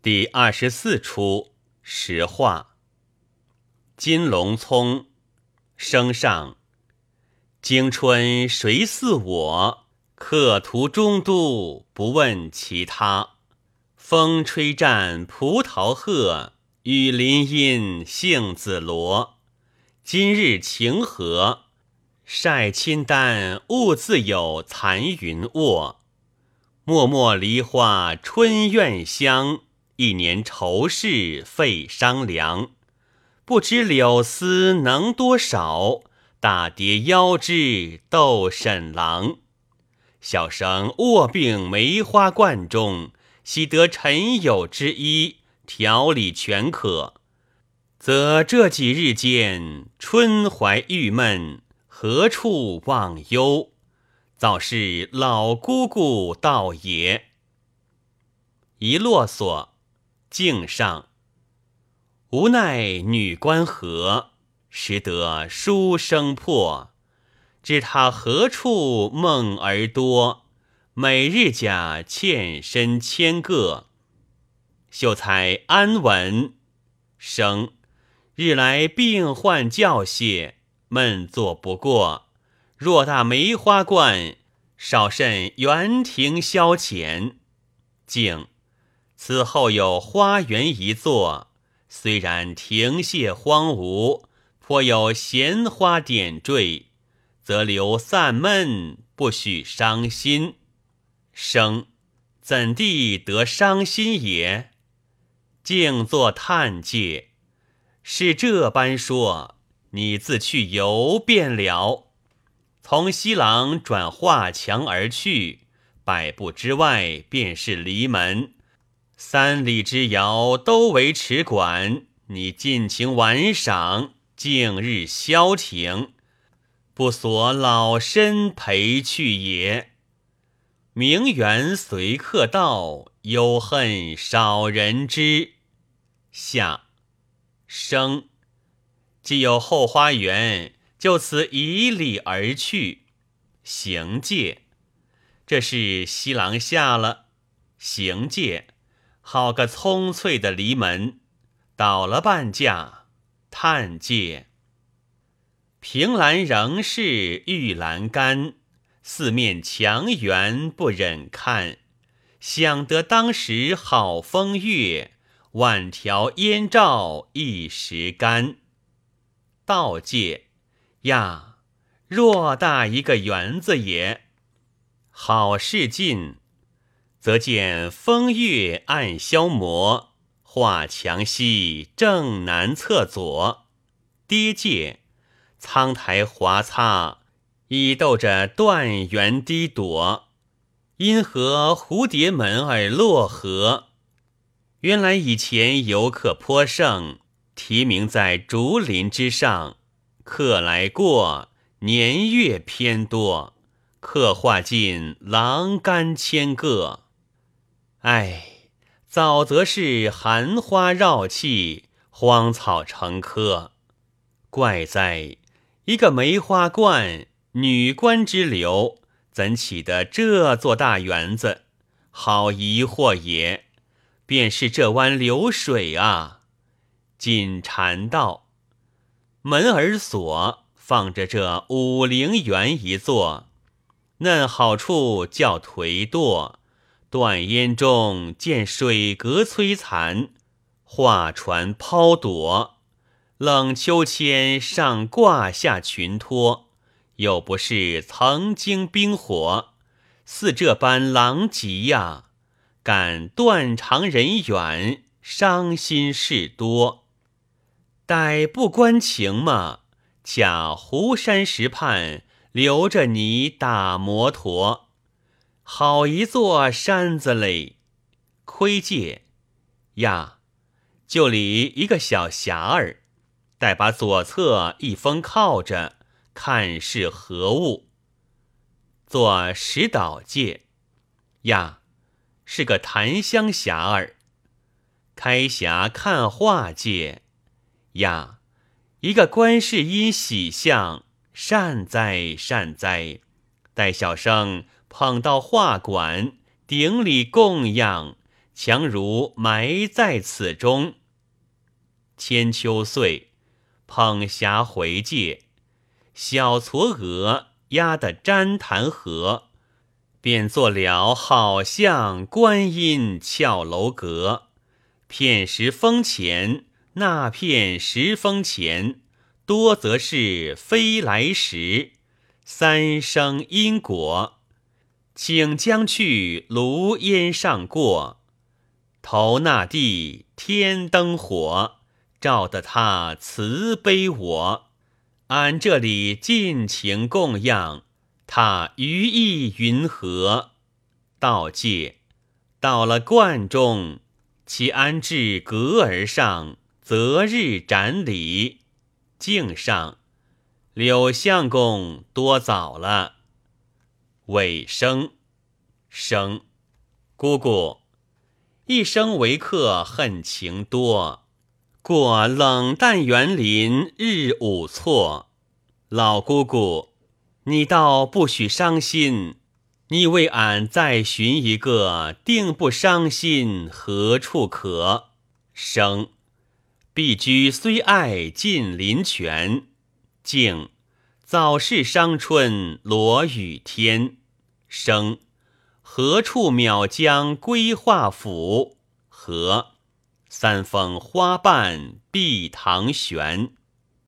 第24出实话。金龙葱，升上。经春谁似我？客途中都，不问其他。风吹战葡萄贺，雨淋阴杏子罗。今日晴和，晒青丹兀自有残云卧。脉脉梨花春苑香，一年愁事费商量。不知柳丝能多少，大蝶腰肢斗沈郎。小生卧病梅花观中，喜得陈友之医，调理全可。则这几日间，春怀郁闷，何处忘忧？早是老姑姑道也。一落索，镜上。无奈女官何，识得书生破。知他何处梦儿多，每日家欠身千个。秀才安稳，生日来病患教谢，闷坐不过。偌大梅花观，少甚园庭消遣。竟此后有花园一座，虽然庭榭荒芜，颇有闲花点缀，则留散闷，不许伤心。生怎地得伤心也？静坐叹戒，是这般说，你自去游便了。从西廊转画墙而去，100步之外便是篱门，3里之遥都为池馆。你尽情玩赏，近日消停，不所老身陪去也。名媛随客到，忧恨少人知。下生既有后花园，就此以礼而去。行戒，这是西廊下了。行戒，好个葱翠的篱门，倒了半架。叹戒，凭栏仍是玉栏杆，四面墙垣不忍看。想得当时好风月，万条烟罩一时干。道戒呀，偌大一个园子也。好事尽，则见风月暗消磨，画墙西正南侧左。跌戒，苍苔华擦，已斗着断垣低朵。因何蝴蝶门而落河？原来以前游客颇盛，题名在竹林之上，客来过，年月偏多，刻画尽栏杆千个。唉，早则是寒花绕气，荒草成柯。怪哉，一个梅花观，女官之流，怎起得这座大园子？好疑惑也。便是这湾流水啊。锦禅道，门儿锁，放着这武陵园一座，嫩好处叫颓堕。断烟中见水阁摧残，画船抛躲。冷秋千上挂下裙脱，又不是曾经冰火，似这般狼藉呀。感断肠人远，伤心事多。待不关情嘛，恰湖山石畔留着你打摩托。好一座山子嘞！窥戒呀，就里一个小匣儿，待把左侧一封靠着，看是何物。做石岛戒呀，是个檀香匣儿。开匣看画戒呀，一个观世音喜像，善哉善哉。待小生捧到画馆，顶礼供养， 强如埋在此中。千秋岁，捧霞回界，小嵯峨压得旃檀河，便作了好像观音翘楼阁。片时风前，那片时风前，多则是非来时，三生因果。请将去炉烟上过，投那地天灯火，照得他慈悲我。俺这里尽情供养，他余意云何？道界到了观中，其安置阁而上，择日展礼。镜上柳相公多早了。尾生生，姑姑一生为客恨情多，过冷淡园林日午错。老姑姑，你倒不许伤心，你为俺再寻一个，定不伤心何处可？生，碧居虽爱近林泉，静早是伤春罗雨天。生，何处渺江归画府？何，三峰花瓣碧堂悬。